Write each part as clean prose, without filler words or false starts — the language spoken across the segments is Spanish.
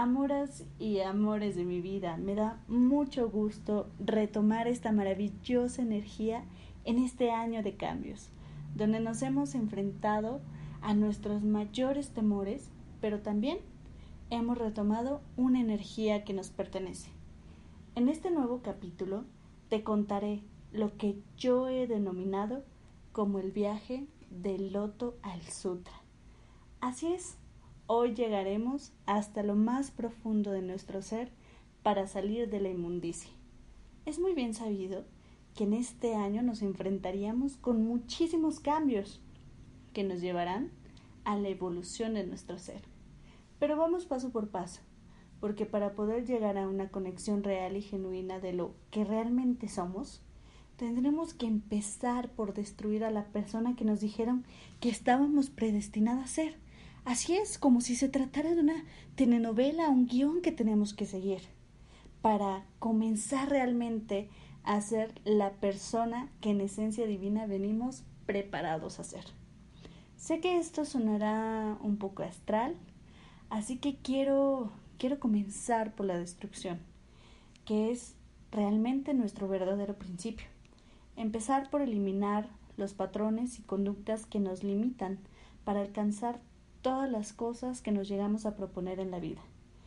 Amoras y amores de mi vida, me da mucho gusto retomar esta maravillosa energía en este año de cambios, donde nos hemos enfrentado a nuestros mayores temores, pero también hemos retomado una energía que nos pertenece. En este nuevo capítulo te contaré lo que yo he denominado como el viaje del loto al sutra. Así es, hoy llegaremos hasta lo más profundo de nuestro ser para salir de la inmundicia. Es muy bien sabido que en este año nos enfrentaríamos con muchísimos cambios que nos llevarán a la evolución de nuestro ser. Pero vamos paso por paso, porque para poder llegar a una conexión real y genuina de lo que realmente somos, tendremos que empezar por destruir a la persona que nos dijeron que estábamos predestinadas a ser. Así es, como si se tratara de una telenovela, un guión que tenemos que seguir para comenzar realmente a ser la persona que en esencia divina venimos preparados a ser. Sé que esto sonará un poco astral, así que quiero comenzar por la destrucción, que es realmente nuestro verdadero principio. Empezar por eliminar los patrones y conductas que nos limitan para alcanzar todas las cosas que nos llegamos a proponer en la vida.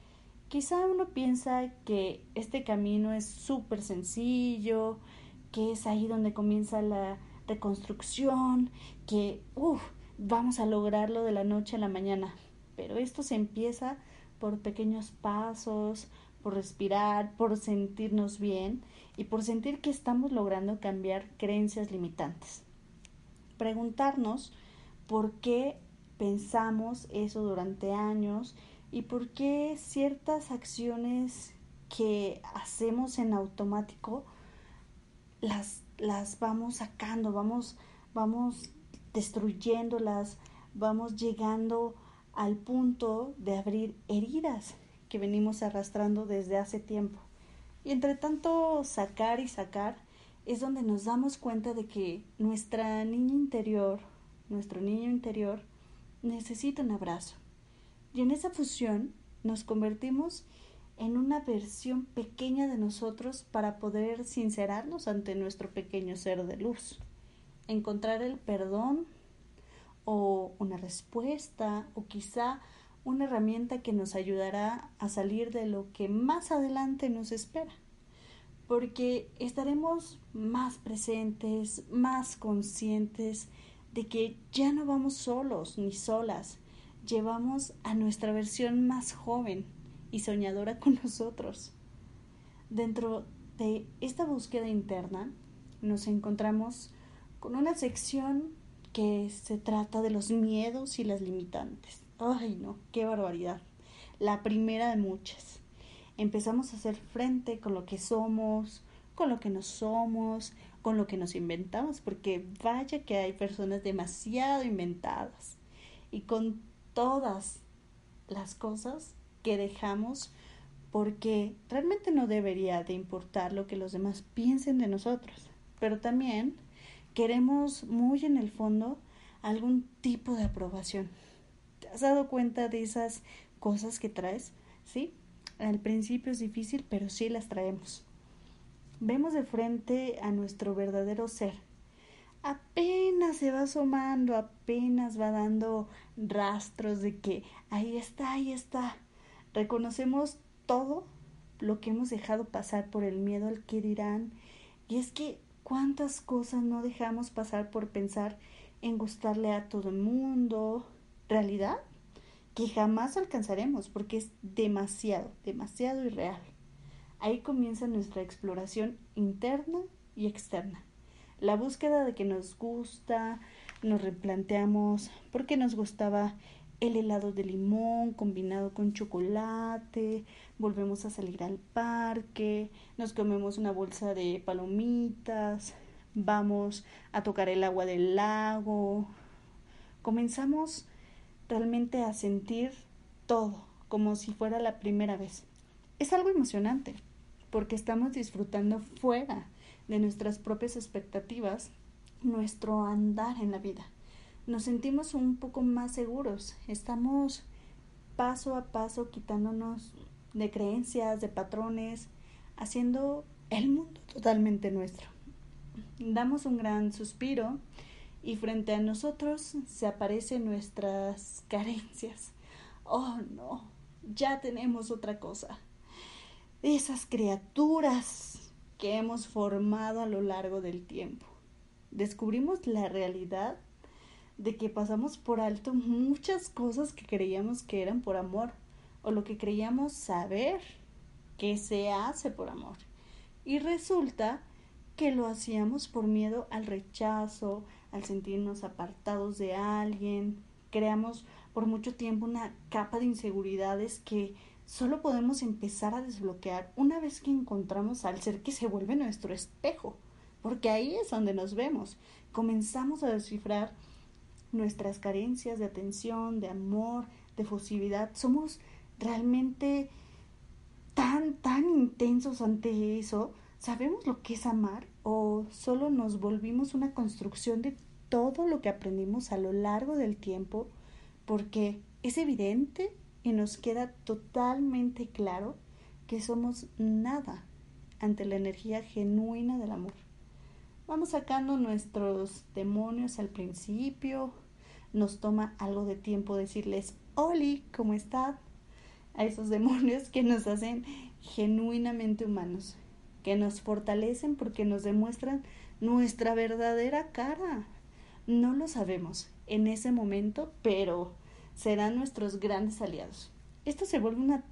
Quizá uno piensa que este camino es súper sencillo, que es ahí donde comienza la reconstrucción, que vamos a lograrlo de la noche a la mañana. Pero esto se empieza por pequeños pasos, por respirar, por sentirnos bien y por sentir que estamos logrando cambiar creencias limitantes. Preguntarnos por qué pensamos eso durante años y por qué ciertas acciones que hacemos en automático las vamos sacando, vamos destruyéndolas, vamos llegando al punto de abrir heridas que venimos arrastrando desde hace tiempo. Y entre tanto sacar y sacar es donde nos damos cuenta de que nuestro niño interior necesita un abrazo. Y en esa fusión nos convertimos en una versión pequeña de nosotros para poder sincerarnos ante nuestro pequeño ser de luz. Encontrar el perdón o una respuesta o quizá una herramienta que nos ayudará a salir de lo que más adelante nos espera. Porque estaremos más presentes, más conscientes de que ya no vamos solos ni solas. Llevamos a nuestra versión más joven y soñadora con nosotros. Dentro de esta búsqueda interna nos encontramos con una sección que se trata de los miedos y las limitantes. ¡Ay, no! ¡Qué barbaridad! La primera de muchas. Empezamos a hacer frente con lo que somos, con lo que no somos, con lo que nos inventamos, porque vaya que hay personas demasiado inventadas, y con todas las cosas que dejamos porque realmente no debería de importar lo que los demás piensen de nosotros, pero también queremos muy en el fondo algún tipo de aprobación. ¿Te has dado cuenta de esas cosas que traes? ¿Sí? Al principio es difícil, pero sí las traemos. Vemos de frente a nuestro verdadero ser. Apenas se va asomando, apenas va dando rastros de que ahí está. Reconocemos todo lo que hemos dejado pasar por el miedo al que dirán. Y es que cuántas cosas no dejamos pasar por pensar en gustarle a todo el mundo. Realidad que jamás alcanzaremos porque es demasiado irreal. Ahí comienza nuestra exploración interna y externa. La búsqueda de que nos gusta, nos replanteamos por qué nos gustaba el helado de limón combinado con chocolate, volvemos a salir al parque, nos comemos una bolsa de palomitas, vamos a tocar el agua del lago. Comenzamos realmente a sentir todo como si fuera la primera vez. Es algo emocionante porque estamos disfrutando fuera de nuestras propias expectativas nuestro andar en la vida. Nos sentimos un poco más seguros, estamos paso a paso quitándonos de creencias, de patrones, haciendo el mundo totalmente nuestro. Damos un gran suspiro y frente a nosotros se aparecen nuestras carencias. Oh no, ya tenemos otra cosa. Esas criaturas que hemos formado a lo largo del tiempo. Descubrimos la realidad de que pasamos por alto muchas cosas que creíamos que eran por amor, o lo que creíamos saber que se hace por amor. Y resulta que lo hacíamos por miedo al rechazo, al sentirnos apartados de alguien. Creamos por mucho tiempo una capa de inseguridades que solo podemos empezar a desbloquear una vez que encontramos al ser que se vuelve nuestro espejo, porque ahí es donde nos vemos. Comenzamos a descifrar nuestras carencias de atención, de amor, de efusividad. Somos realmente tan intensos ante eso. ¿Sabemos lo que es amar o solo nos volvimos una construcción de todo lo que aprendimos a lo largo del tiempo? Porque es evidente y nos queda totalmente claro que somos nada ante la energía genuina del amor. Vamos sacando nuestros demonios al principio. Nos toma algo de tiempo decirles Oli, ¿cómo está? A esos demonios que nos hacen genuinamente humanos, que nos fortalecen porque nos demuestran nuestra verdadera cara. No lo sabemos en ese momento, pero serán nuestros grandes aliados. Esto se vuelve una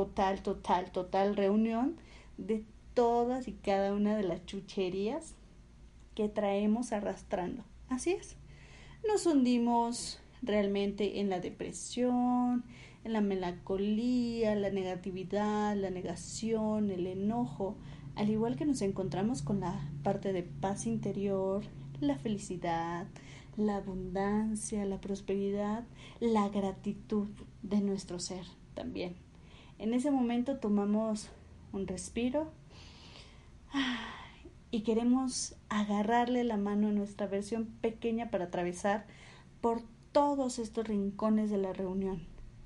total reunión de todas y cada una de las chucherías que traemos arrastrando. Así es. Nos hundimos realmente en la depresión, en la melancolía, la negatividad, la negación, el enojo, al igual que nos encontramos con la parte de paz interior, la felicidad, la abundancia, la prosperidad, la gratitud de nuestro ser también. En ese momento tomamos un respiro y queremos agarrarle la mano a nuestra versión pequeña para atravesar por todos estos rincones de la reunión.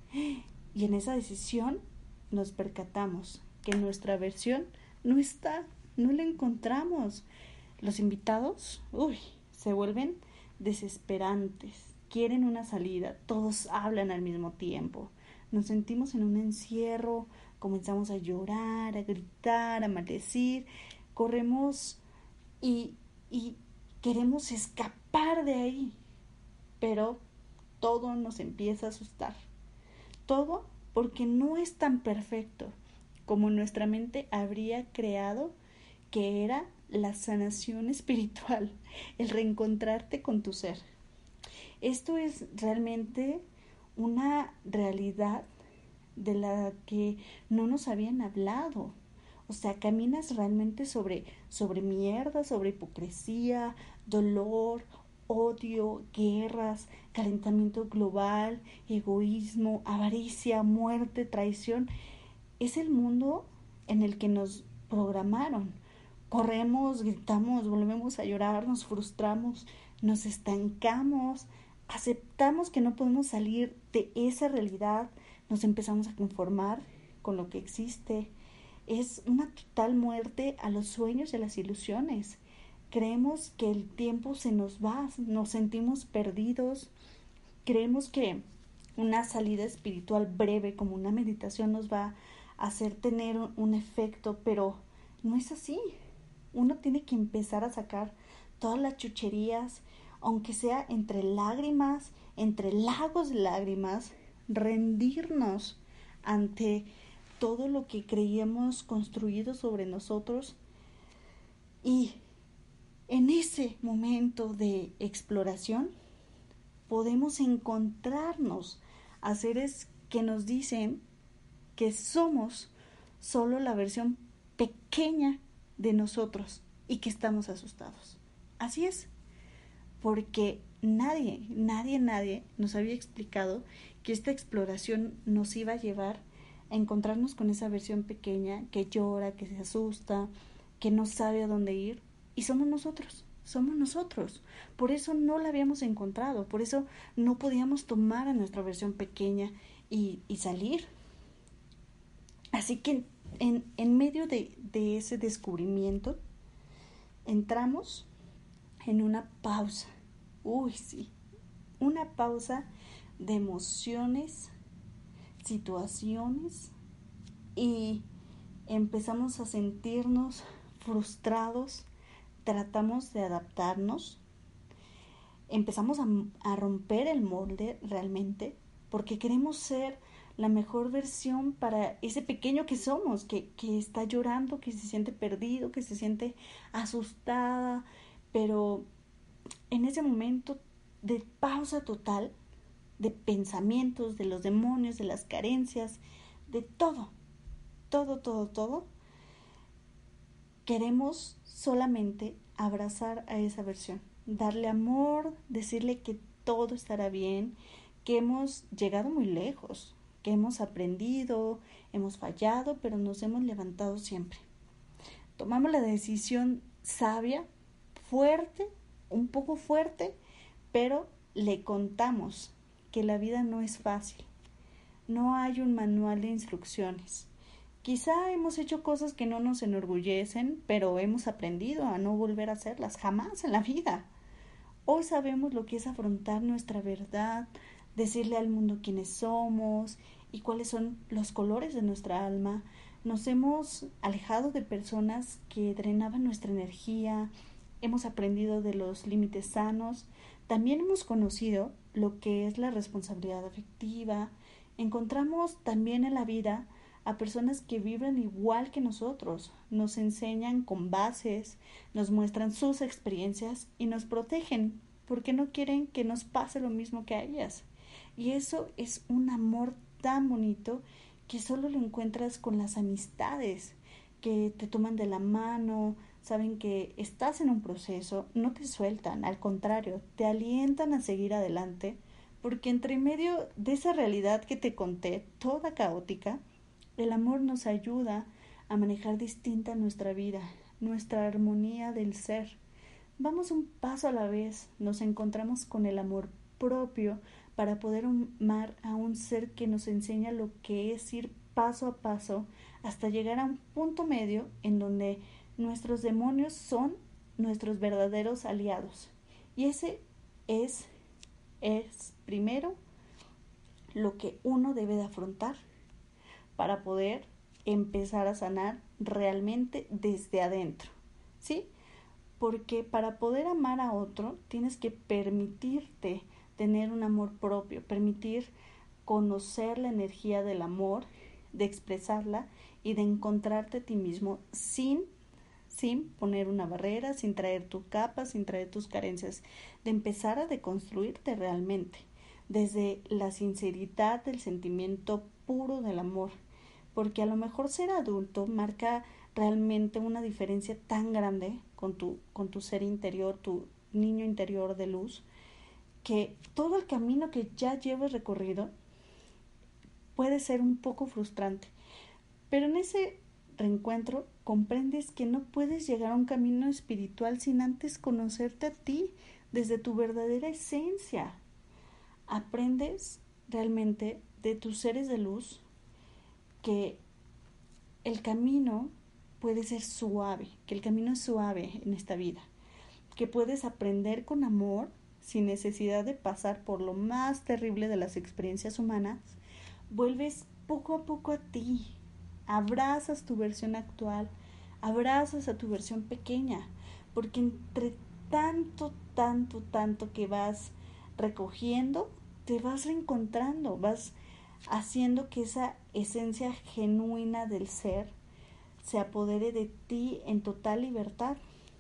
Y en esa decisión nos percatamos que nuestra versión no está, no la encontramos. Los invitados, se vuelven desesperantes, quieren una salida, todos hablan al mismo tiempo. Nos sentimos en un encierro, comenzamos a llorar, a gritar, a maldecir, corremos y queremos escapar de ahí, pero todo nos empieza a asustar. Todo porque no es tan perfecto como nuestra mente habría creado que era la sanación espiritual, el reencontrarte con tu ser. Esto es realmente una realidad de la que no nos habían hablado. O sea, caminas realmente sobre mierda, sobre hipocresía, dolor, odio, guerras, calentamiento global, egoísmo, avaricia, muerte, traición. Es el mundo en el que nos programaron. Corremos, gritamos, volvemos a llorar, nos frustramos, nos estancamos, aceptamos que no podemos salir de esa realidad, nos empezamos a conformar con lo que existe. Es una total muerte a los sueños y a las ilusiones. Creemos que el tiempo se nos va, nos sentimos perdidos. Creemos que una salida espiritual breve como una meditación nos va a hacer tener un efecto, pero no es así. Uno tiene que empezar a sacar todas las chucherías, aunque sea entre lágrimas, entre lagos de lágrimas, rendirnos ante todo lo que creíamos construido sobre nosotros. Y en ese momento de exploración podemos encontrarnos a seres que nos dicen que somos solo la versión pequeña de nosotros y que estamos asustados. Así es, porque nadie nos había explicado que esta exploración nos iba a llevar a encontrarnos con esa versión pequeña que llora, que se asusta, que no sabe a dónde ir, y somos nosotros. Por eso no la habíamos encontrado, por eso no podíamos tomar a nuestra versión pequeña y salir. Así que en medio de ese descubrimiento entramos en una pausa. Uy, sí, una pausa de emociones, situaciones, y empezamos a sentirnos frustrados, tratamos de adaptarnos, empezamos a romper el molde realmente, porque queremos ser la mejor versión para ese pequeño que somos, que está llorando, que se siente perdido, que se siente asustada, pero en ese momento de pausa total, de pensamientos, de los demonios, de las carencias, de todo, todo, queremos solamente abrazar a esa versión, darle amor, decirle que todo estará bien, que hemos llegado muy lejos, que hemos aprendido, hemos fallado, pero nos hemos levantado siempre. Tomamos la decisión sabia, fuerte, un poco fuerte, pero le contamos que la vida no es fácil. No hay un manual de instrucciones. Quizá hemos hecho cosas que no nos enorgullecen, pero hemos aprendido a no volver a hacerlas jamás en la vida. Hoy sabemos lo que es afrontar nuestra verdad, decirle al mundo quiénes somos y cuáles son los colores de nuestra alma. Nos hemos alejado de personas que drenaban nuestra energía, hemos aprendido de los límites sanos, también hemos conocido lo que es la responsabilidad afectiva. Encontramos también en la vida a personas que vibran igual que nosotros, nos enseñan con bases, nos muestran sus experiencias y nos protegen porque no quieren que nos pase lo mismo que a ellas. Y eso es un amor tan bonito que solo lo encuentras con las amistades, que te toman de la mano, saben que estás en un proceso, no te sueltan, al contrario, te alientan a seguir adelante, porque entre medio de esa realidad que te conté, toda caótica, el amor nos ayuda a manejar distinta nuestra vida, nuestra armonía del ser. Vamos un paso a la vez, nos encontramos con el amor propio para poder amar a un ser que nos enseña lo que es ir paso a paso hasta llegar a un punto medio en donde nuestros demonios son nuestros verdaderos aliados. Y ese es primero lo que uno debe de afrontar para poder empezar a sanar realmente desde adentro, ¿sí? Porque para poder amar a otro tienes que permitirte tener un amor propio, permitir conocer la energía del amor, de expresarla y de encontrarte a ti mismo sin poner una barrera, sin traer tu capa, sin traer tus carencias, de empezar a deconstruirte realmente, desde la sinceridad del sentimiento puro del amor, porque a lo mejor ser adulto marca realmente una diferencia tan grande con tu ser interior, tu niño interior de luz, que todo el camino que ya llevas recorrido puede ser un poco frustrante, pero en ese reencuentro comprendes que no puedes llegar a un camino espiritual sin antes conocerte a ti desde tu verdadera esencia. Aprendes realmente de tus seres de luz que el camino puede ser suave, que el camino es suave en esta vida, que puedes aprender con amor sin necesidad de pasar por lo más terrible de las experiencias humanas. Vuelves poco a poco a ti, abrazas tu versión actual, abrazas a tu versión pequeña, porque entre tanto que vas recogiendo, te vas reencontrando, vas haciendo que esa esencia genuina del ser se apodere de ti en total libertad,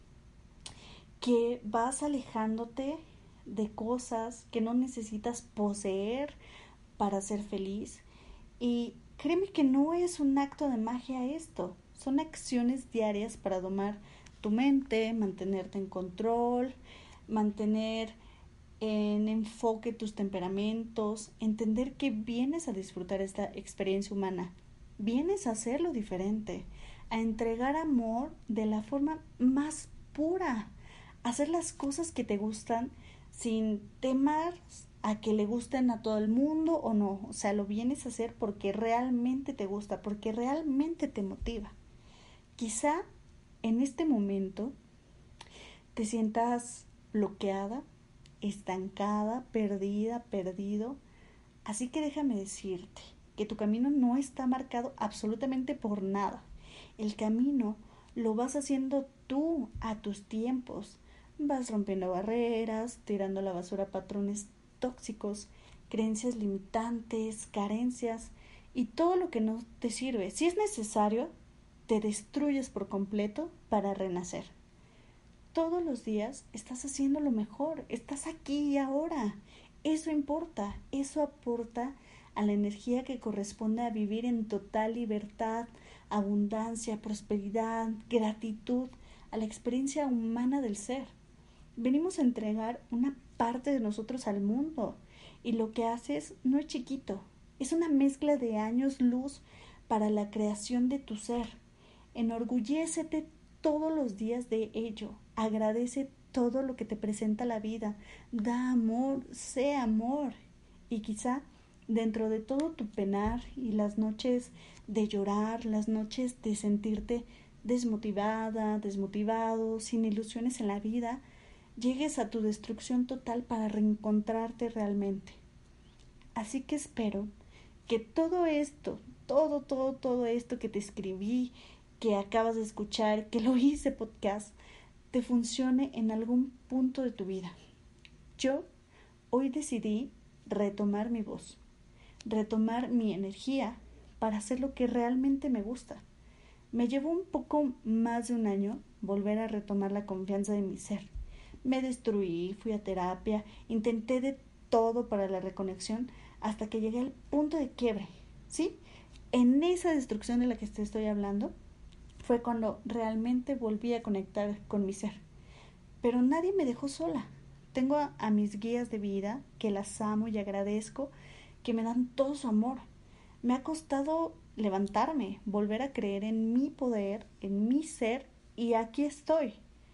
que vas alejándote de cosas que no necesitas poseer para ser feliz. Y créeme que no es un acto de magia esto, son acciones diarias para domar tu mente, mantenerte en control, mantener en enfoque tus temperamentos, entender que vienes a disfrutar esta experiencia humana, vienes a hacerlo diferente, a entregar amor de la forma más pura, a hacer las cosas que te gustan sin temer a que le gusten a todo el mundo o no. O sea, lo vienes a hacer porque realmente te gusta, porque realmente te motiva. Quizá en este momento te sientas bloqueada, estancada, perdida, perdido. Así que déjame decirte que tu camino no está marcado absolutamente por nada. El camino lo vas haciendo tú a tus tiempos. Vas rompiendo barreras, tirando a la basura patrones tóxicos, creencias limitantes, carencias y todo lo que no te sirve. Si es necesario, te destruyes por completo para renacer. Todos los días estás haciendo lo mejor, estás aquí y ahora. Eso importa, eso aporta a la energía que corresponde a vivir en total libertad, abundancia, prosperidad, gratitud, a la experiencia humana del ser. Venimos a entregar una parte de nosotros al mundo y lo que haces no es chiquito, es una mezcla de años luz para la creación de tu ser. Enorgullécete todos los días de ello, agradece todo lo que te presenta la vida, da amor, sé amor y quizá dentro de todo tu penar y las noches de llorar, las noches de sentirte desmotivada, desmotivado, sin ilusiones en la vida, llegues a tu destrucción total para reencontrarte realmente. Así que espero que todo esto, todo esto que te escribí, que acabas de escuchar, que lo hice podcast, te funcione en algún punto de tu vida. Yo hoy decidí retomar mi voz, retomar mi energía para hacer lo que realmente me gusta. Me llevó un poco más de un año volver a retomar la confianza de mi ser. Me destruí, fui a terapia, intenté de todo para la reconexión hasta que llegué al punto de quiebre, ¿sí? En esa destrucción de la que te estoy hablando fue cuando realmente volví a conectar con mi ser. Pero nadie me dejó sola. Tengo a mis guías de vida, que las amo y agradezco, que me dan todo su amor. Me ha costado levantarme, volver a creer en mi poder, en mi ser, y aquí estoy.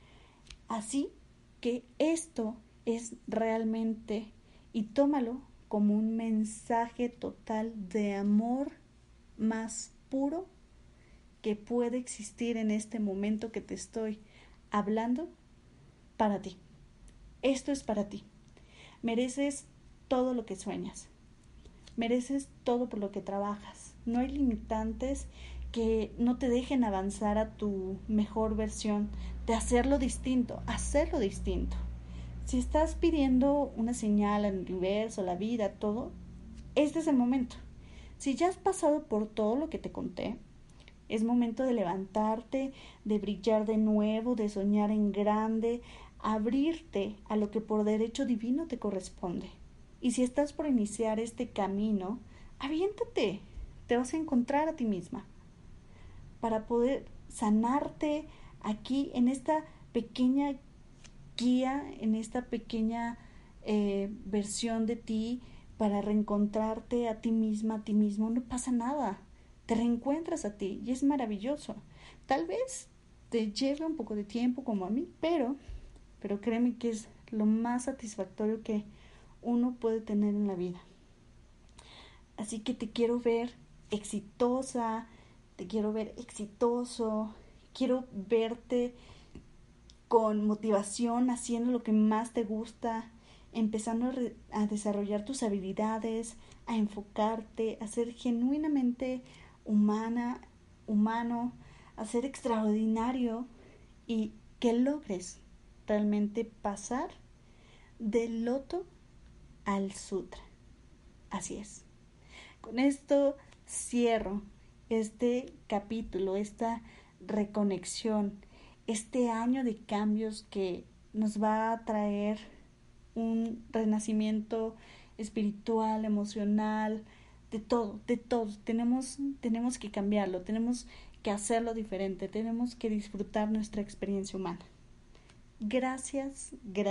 Así que esto es realmente, y tómalo como un mensaje total de amor más puro que puede existir en este momento que te estoy hablando para ti. Esto es para ti. Mereces todo lo que sueñas. Mereces todo por lo que trabajas. No hay limitantes que no te dejen avanzar a tu mejor versión, de hacerlo distinto, hacerlo distinto. Si estás pidiendo una señal al universo, la vida, todo, este es el momento. Si ya has pasado por todo lo que te conté, es momento de levantarte, de brillar de nuevo, de soñar en grande, abrirte a lo que por derecho divino te corresponde. Y si estás por iniciar este camino, aviéntate, te vas a encontrar a ti misma para poder sanarte aquí en esta pequeña guía, en esta pequeña versión de ti, para reencontrarte a ti misma, a ti mismo. No pasa nada, te reencuentras a ti y es maravilloso. Tal vez te lleve un poco de tiempo como a mí, pero créeme que es lo más satisfactorio que uno puede tener en la vida. Así que te quiero ver exitosa, te quiero ver exitoso, quiero verte con motivación, haciendo lo que más te gusta, empezando a desarrollar tus habilidades, a enfocarte, a ser genuinamente humano, a ser extraordinario y que logres realmente pasar del loto al sutra. Así es. Con esto cierro este capítulo, esta reconexión, este año de cambios que nos va a traer un renacimiento espiritual, emocional, de todo, de todo. Tenemos que cambiarlo, tenemos que hacerlo diferente, tenemos que disfrutar nuestra experiencia humana. Gracias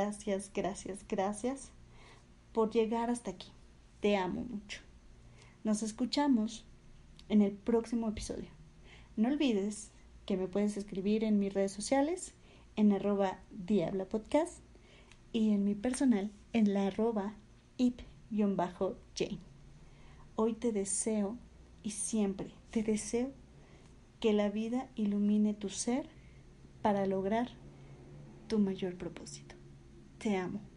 por llegar hasta aquí. Te amo mucho. Nos escuchamos en el próximo episodio. No olvides que me puedes escribir en mis redes sociales, en @diablapodcast y en mi personal, en la @ipmx. Jane. Hoy te deseo y siempre te deseo que la vida ilumine tu ser para lograr tu mayor propósito. Te amo.